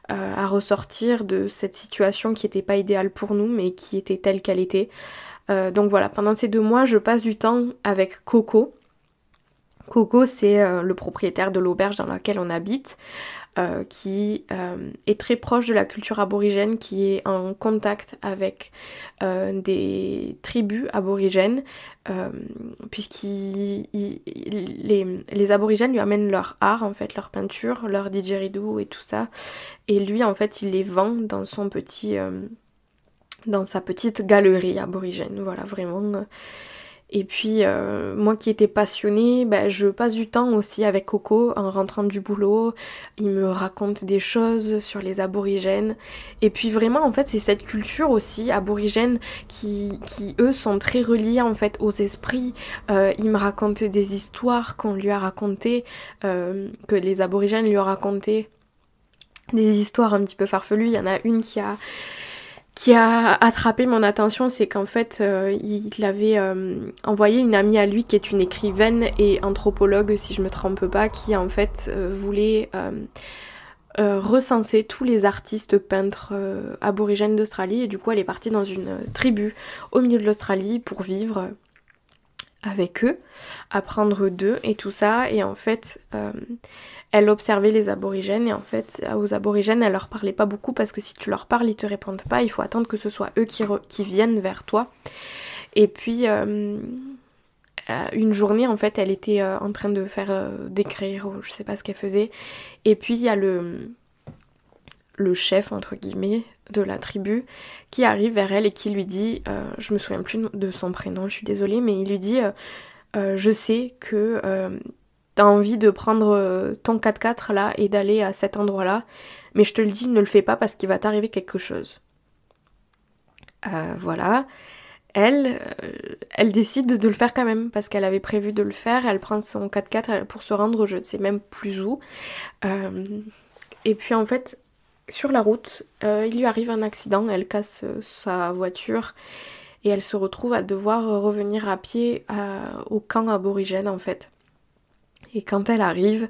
[SPEAKER 1] à ressortir de cette situation qui était pas idéale pour nous, mais qui était telle qu'elle était. Donc voilà, pendant ces 2 mois, je passe du temps avec Coco. Coco, c'est le propriétaire de l'auberge dans laquelle on habite, qui est très proche de la culture aborigène, qui est en contact avec des tribus aborigènes, puisqu'ils les aborigènes lui amènent leur art, en fait, leur peinture, leur didgeridoo et tout ça, et lui, en fait, il les vend dans son petit... dans sa petite galerie aborigène, voilà, vraiment... Et puis moi qui étais passionnée, je passe du temps aussi avec Coco en rentrant du boulot. Il me raconte des choses sur les aborigènes. Et puis vraiment en fait c'est cette culture aussi aborigène qui eux sont très reliés en fait aux esprits. Il me raconte des histoires qu'on lui a racontées, que les aborigènes lui ont racontées. Des histoires un petit peu farfelues. Il y en a une qui a attrapé mon attention, c'est qu'en fait, il avait envoyé une amie à lui qui est une écrivaine et anthropologue, si je me trompe pas, qui en fait voulait recenser tous les artistes peintres aborigènes d'Australie, et du coup elle est partie dans une tribu au milieu de l'Australie pour vivre avec eux, apprendre d'eux et tout ça, et en fait elle observait les aborigènes, et en fait aux aborigènes elle leur parlait pas beaucoup parce que si tu leur parles ils te répondent pas, il faut attendre que ce soit eux qui viennent vers toi. Et puis une journée en fait elle était en train de faire d'écrire, ou je sais pas ce qu'elle faisait, et puis il y a le chef entre guillemets de la tribu qui arrive vers elle et qui lui dit, je me souviens plus de son prénom, je suis désolée, mais il lui dit je sais que t'as envie de prendre ton 4x4 là et d'aller à cet endroit là, mais je te le dis, ne le fais pas parce qu'il va t'arriver quelque chose. Voilà. Elle décide de le faire quand même parce qu'elle avait prévu de le faire. Elle prend son 4x4 pour se rendre je ne sais même plus où. Et puis en fait sur la route il lui arrive un accident, elle casse sa voiture et elle se retrouve à devoir revenir à pied au camp aborigène en fait. Et quand elle arrive,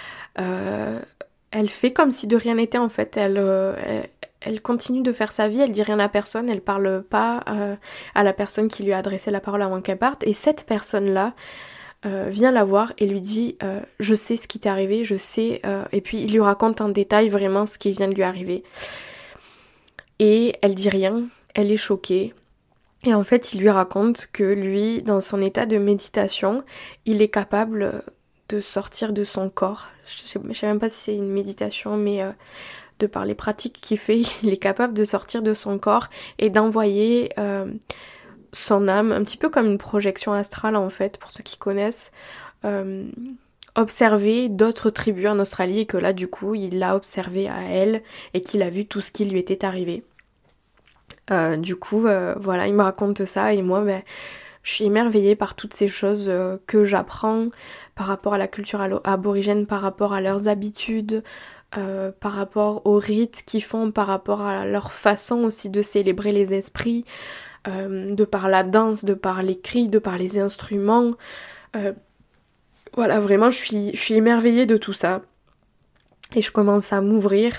[SPEAKER 1] elle fait comme si de rien n'était en fait. Elle continue de faire sa vie, elle dit rien à personne, elle parle pas à la personne qui lui a adressé la parole avant qu'elle parte. Et cette personne-là vient la voir et lui dit je sais ce qui t'est arrivé, je sais... Et puis il lui raconte en détail vraiment ce qui vient de lui arriver. Et elle dit rien, elle est choquée. Et en fait il lui raconte que lui, dans son état de méditation, il est capable de sortir de son corps. Je sais même pas si c'est une méditation, mais de par les pratiques qu'il fait, il est capable de sortir de son corps et d'envoyer son âme, un petit peu comme une projection astrale en fait, pour ceux qui connaissent, observer d'autres tribus en Australie, et que là du coup il l'a observé à elle et qu'il a vu tout ce qui lui était arrivé. Du coup voilà, il me raconte ça et moi je suis émerveillée par toutes ces choses que j'apprends par rapport à la culture aborigène, par rapport à leurs habitudes, par rapport aux rites qu'ils font, par rapport à leur façon aussi de célébrer les esprits, de par la danse, de par les cris, de par les instruments. Voilà, vraiment je suis émerveillée de tout ça. Et je commence à m'ouvrir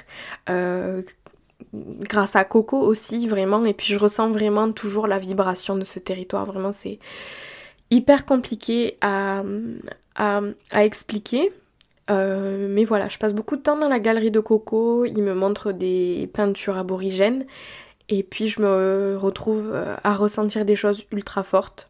[SPEAKER 1] grâce à Coco aussi, vraiment. Et puis je ressens vraiment toujours la vibration de ce territoire. Vraiment, c'est hyper compliqué à expliquer. Mais voilà, je passe beaucoup de temps dans la galerie de Coco. Il me montre des peintures aborigènes. Et puis je me retrouve à ressentir des choses ultra fortes.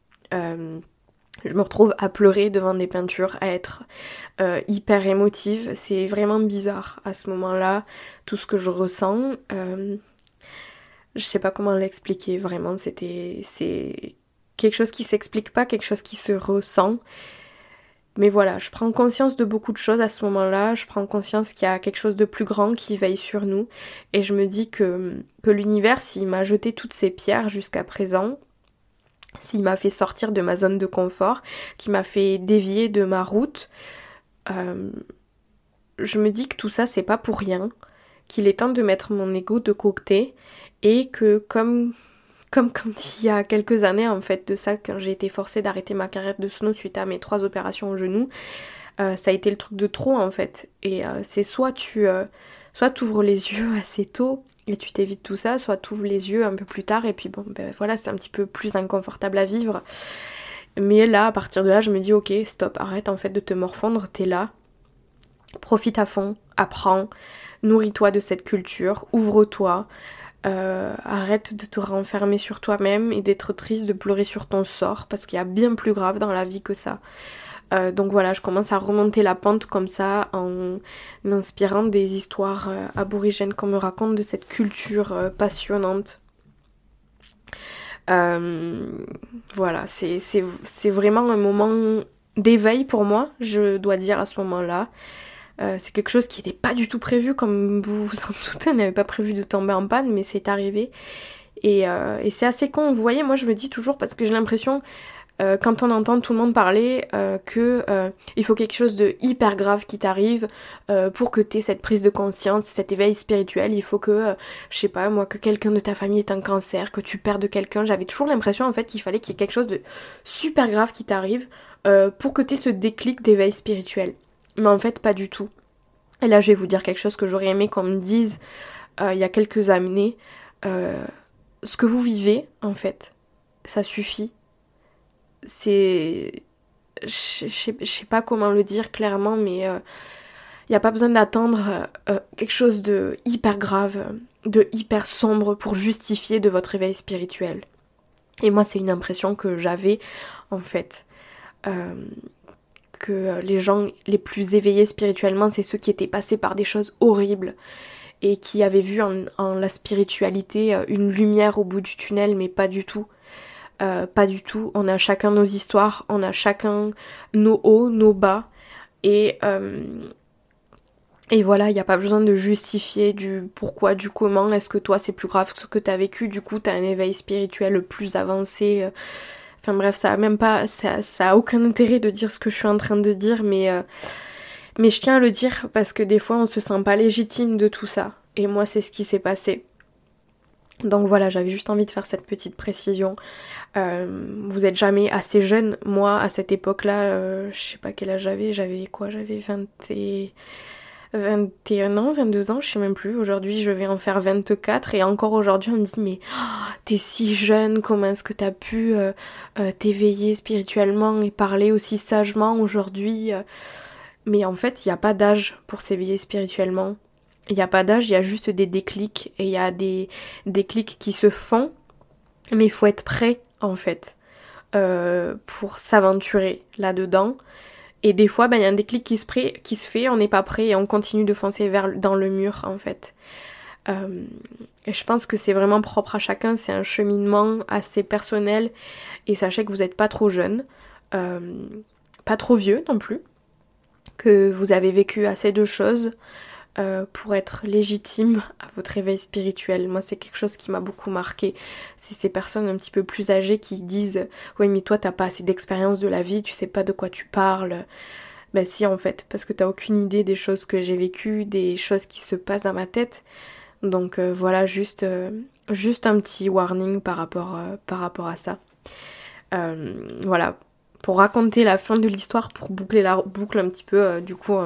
[SPEAKER 1] Je me retrouve à pleurer devant des peintures, à être hyper émotive. C'est vraiment bizarre à ce moment-là, tout ce que je ressens. Je sais pas comment l'expliquer, vraiment. C'est quelque chose qui s'explique pas, quelque chose qui se ressent. Mais voilà, je prends conscience de beaucoup de choses à ce moment-là. Je prends conscience qu'il y a quelque chose de plus grand qui veille sur nous. Et je me dis que l'univers, s'il m'a jeté toutes ces pierres jusqu'à présent, s'il m'a fait sortir de ma zone de confort, qui m'a fait dévier de ma route, je me dis que tout ça c'est pas pour rien, qu'il est temps de mettre mon ego de côté, et que comme quand il y a quelques années en fait de ça, quand j'ai été forcée d'arrêter ma carrière de snow suite à mes 3 opérations au genou, ça a été le truc de trop en fait. Et c'est soit tu soit t'ouvres les yeux assez tôt et tu t'évites tout ça, soit t'ouvres les yeux un peu plus tard et puis bon ben voilà, c'est un petit peu plus inconfortable à vivre. Mais là, à partir de là, je me dis ok, stop, arrête en fait de te morfondre, t'es là, profite à fond, apprends, nourris-toi de cette culture, ouvre-toi, arrête de te renfermer sur toi-même et d'être triste, de pleurer sur ton sort, parce qu'il y a bien plus grave dans la vie que ça. Donc voilà, je commence à remonter la pente comme ça en m'inspirant des histoires aborigènes qu'on me raconte de cette culture passionnante. Voilà, c'est vraiment un moment d'éveil pour moi, je dois dire à ce moment-là. C'est quelque chose qui n'était pas du tout prévu, comme vous vous en doutez, on n'avait pas prévu de tomber en panne, mais c'est arrivé. Et c'est assez con, vous voyez, moi je me dis toujours, parce que j'ai l'impression, quand on entend tout le monde parler, que il faut quelque chose de hyper grave qui t'arrive pour que t'aies cette prise de conscience, cet éveil spirituel. Il faut que, je sais pas moi, que quelqu'un de ta famille ait un cancer, que tu perdes quelqu'un. J'avais toujours l'impression en fait qu'il fallait qu'il y ait quelque chose de super grave qui t'arrive pour que t'aies ce déclic d'éveil spirituel. Mais en fait pas du tout. Et là je vais vous dire quelque chose que j'aurais aimé qu'on me dise il y a quelques années. Ce que vous vivez en fait, ça suffit. C'est... Je sais pas comment le dire clairement, mais il n'y a pas besoin d'attendre quelque chose de hyper grave, de hyper sombre pour justifier de votre éveil spirituel. Et moi, c'est une impression que j'avais, en fait. Que les gens les plus éveillés spirituellement, c'est ceux qui étaient passés par des choses horribles et qui avaient vu en la spiritualité une lumière au bout du tunnel, mais pas du tout. Pas du tout, on a chacun nos histoires, on a chacun nos hauts, nos bas, et voilà, il n'y a pas besoin de justifier du pourquoi, du comment, est-ce que toi c'est plus grave que ce que t'as vécu, du coup t'as un éveil spirituel plus avancé, enfin bref, ça a même pas, ça a aucun intérêt de dire ce que je suis en train de dire, mais je tiens à le dire parce que des fois on se sent pas légitime de tout ça, et moi c'est ce qui s'est passé. Donc voilà, j'avais juste envie de faire cette petite précision. Vous êtes jamais assez jeune. Moi, à cette époque-là, je sais pas quel âge j'avais quoi, j'avais 21 ans, 22 ans, je sais même plus. Aujourd'hui, je vais en faire 24 et encore aujourd'hui, on me dit mais t'es si jeune, comment est-ce que t'as pu t'éveiller spirituellement et parler aussi sagement aujourd'hui Mais en fait, il n'y a pas d'âge pour s'éveiller spirituellement. Il n'y a pas d'âge, il y a juste des déclics et il y a des déclics qui se font, mais il faut être prêt en fait pour s'aventurer là-dedans. Et des fois, il y a un déclic qui se fait, on n'est pas prêt et on continue de foncer dans le mur en fait. Et je pense que c'est vraiment propre à chacun, c'est un cheminement assez personnel et sachez que vous n'êtes pas trop jeune, pas trop vieux non plus, que vous avez vécu assez de choses pour être légitime à votre éveil spirituel. Moi, c'est quelque chose qui m'a beaucoup marqué. C'est ces personnes un petit peu plus âgées qui disent « Ouais, mais toi, t'as pas assez d'expérience de la vie, tu sais pas de quoi tu parles. » Ben si, en fait, parce que t'as aucune idée des choses que j'ai vécues, des choses qui se passent dans ma tête. Donc voilà, juste un petit warning par rapport à ça. Voilà, pour raconter la fin de l'histoire, pour boucler la boucle un petit peu,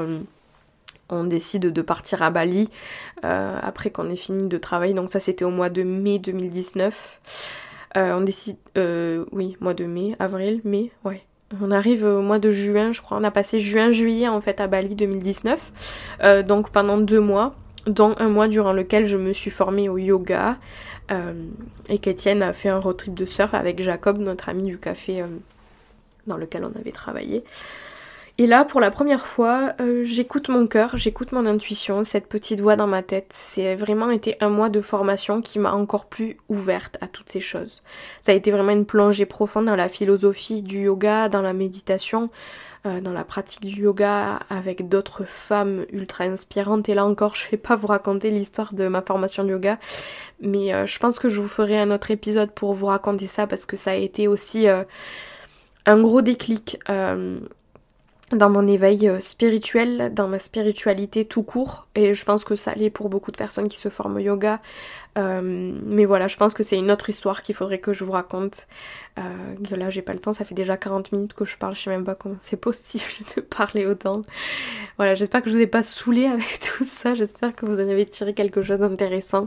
[SPEAKER 1] on décide de partir à Bali après qu'on ait fini de travailler. Donc ça c'était au mois de mai 2019. On décide... oui, mois de mai, avril, mai, ouais. On arrive au mois de juin, je crois. On a passé juin-juillet en fait à Bali 2019. Donc pendant 2 mois, dont un mois durant lequel je me suis formée au yoga. Et qu'Étienne a fait un road trip de surf avec Jacob, notre ami du café dans lequel on avait travaillé. Et là, pour la première fois, j'écoute mon cœur, j'écoute mon intuition, cette petite voix dans ma tête. C'est vraiment été un mois de formation qui m'a encore plus ouverte à toutes ces choses. Ça a été vraiment une plongée profonde dans la philosophie du yoga, dans la méditation, dans la pratique du yoga avec d'autres femmes ultra inspirantes. Et là encore, je vais pas vous raconter l'histoire de ma formation de yoga, mais je pense que je vous ferai un autre épisode pour vous raconter ça parce que ça a été aussi un gros déclic. dans mon éveil spirituel, dans ma spiritualité tout court, et je pense que ça l'est pour beaucoup de personnes qui se forment au yoga, mais voilà, je pense que c'est une autre histoire qu'il faudrait que je vous raconte, que là j'ai pas le temps, ça fait déjà 40 minutes que je parle, je sais même pas comment c'est possible de parler autant. Voilà, j'espère que je vous ai pas saoulé avec tout ça, j'espère que vous en avez tiré quelque chose d'intéressant.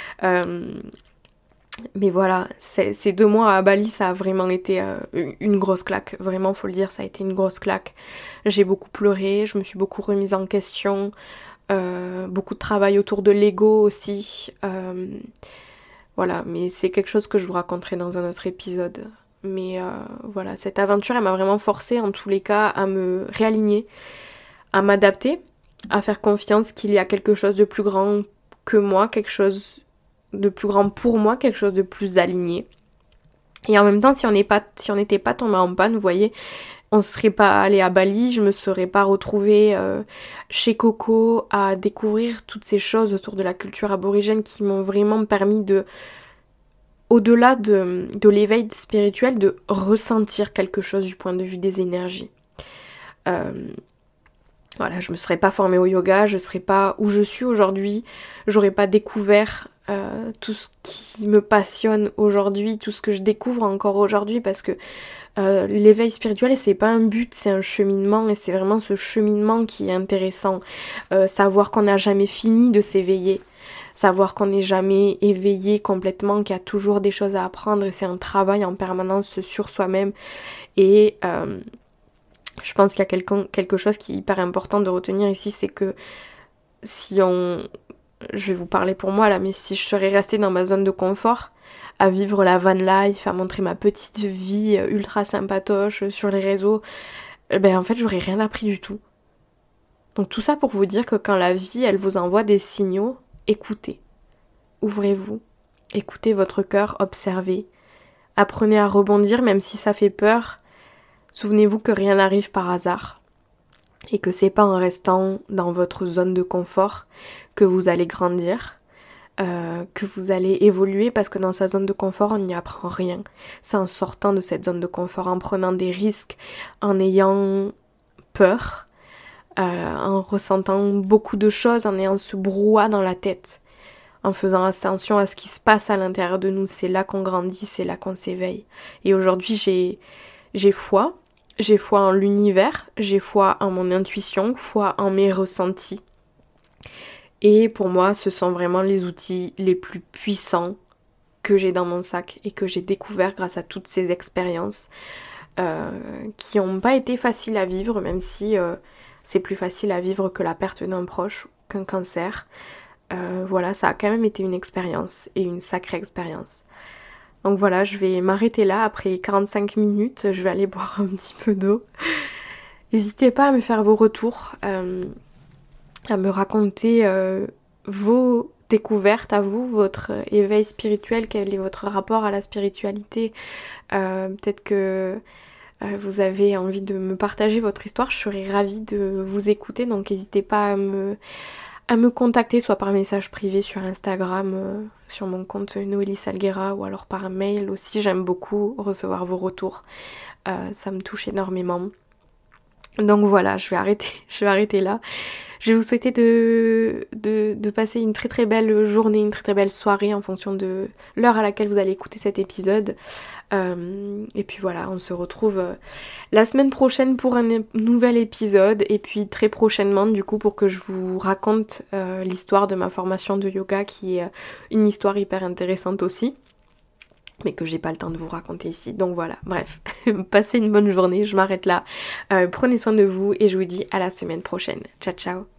[SPEAKER 1] Mais voilà, ces 2 mois à Bali, ça a vraiment été une grosse claque. Vraiment, faut le dire, ça a été une grosse claque. J'ai beaucoup pleuré, je me suis beaucoup remise en question. Beaucoup de travail autour de l'ego aussi. Voilà, mais c'est quelque chose que je vous raconterai dans un autre épisode. Mais voilà, cette aventure, elle m'a vraiment forcée, en tous les cas, à me réaligner, à m'adapter, à faire confiance qu'il y a quelque chose de plus grand que moi, quelque chose de plus grand pour moi, quelque chose de plus aligné. Et en même temps, si on n'était pas tombé en panne, vous voyez, on serait pas allé à Bali, je me serais pas retrouvée chez Coco à découvrir toutes ces choses autour de la culture aborigène qui m'ont vraiment permis de, au-delà de l'éveil spirituel, de ressentir quelque chose du point de vue des énergies. Voilà, je me serais pas formée au yoga, je serais pas où je suis aujourd'hui, j'aurais pas découvert tout ce qui me passionne aujourd'hui, tout ce que je découvre encore aujourd'hui, parce que l'éveil spirituel, c'est pas un but, c'est un cheminement, et c'est vraiment ce cheminement qui est intéressant. Savoir qu'on n'a jamais fini de s'éveiller, savoir qu'on n'est jamais éveillé complètement, qu'il y a toujours des choses à apprendre, et c'est un travail en permanence sur soi-même. Et je pense qu'il y a quelque chose qui est hyper important de retenir ici, c'est que je vais vous parler pour moi là, mais si je serais restée dans ma zone de confort, à vivre la van life, à montrer ma petite vie ultra sympatoche sur les réseaux, en fait j'aurais rien appris du tout. Donc tout ça pour vous dire que quand la vie elle vous envoie des signaux, écoutez, ouvrez-vous, écoutez votre cœur, observez, apprenez à rebondir même si ça fait peur. Souvenez-vous que rien n'arrive par hasard et que c'est pas en restant dans votre zone de confort que vous allez grandir, que vous allez évoluer, parce que dans sa zone de confort on n'y apprend rien. C'est en sortant de cette zone de confort, en prenant des risques, en ayant peur, en ressentant beaucoup de choses, en ayant ce brouhaha dans la tête, en faisant attention à ce qui se passe à l'intérieur de nous. C'est là qu'on grandit, c'est là qu'on s'éveille. Et aujourd'hui j'ai foi en l'univers, j'ai foi en mon intuition, foi en mes ressentis. Et pour moi, ce sont vraiment les outils les plus puissants que j'ai dans mon sac et que j'ai découvert grâce à toutes ces expériences qui n'ont pas été faciles à vivre, même si c'est plus facile à vivre que la perte d'un proche, qu'un cancer. Voilà, ça a quand même été une expérience, et une sacrée expérience. Donc voilà, je vais m'arrêter là après 45 minutes, je vais aller boire un petit peu d'eau. N'hésitez pas à me faire vos retours, à me raconter vos découvertes à vous, votre éveil spirituel, quel est votre rapport à la spiritualité. Peut-être que vous avez envie de me partager votre histoire, je serais ravie de vous écouter, donc n'hésitez pas à me contacter, soit par message privé sur Instagram, sur mon compte Noélie Salguera, ou alors par mail aussi. J'aime beaucoup recevoir vos retours, ça me touche énormément. Donc voilà, je vais arrêter là. Je vais vous souhaiter de passer une très très belle journée, une très très belle soirée en fonction de l'heure à laquelle vous allez écouter cet épisode. Et puis voilà, on se retrouve la semaine prochaine pour un nouvel épisode, et puis très prochainement du coup pour que je vous raconte l'histoire de ma formation de yoga, qui est une histoire hyper intéressante aussi, mais que j'ai pas le temps de vous raconter ici. Donc voilà, bref, passez une bonne journée, je m'arrête là. Prenez soin de vous et je vous dis à la semaine prochaine. Ciao ciao.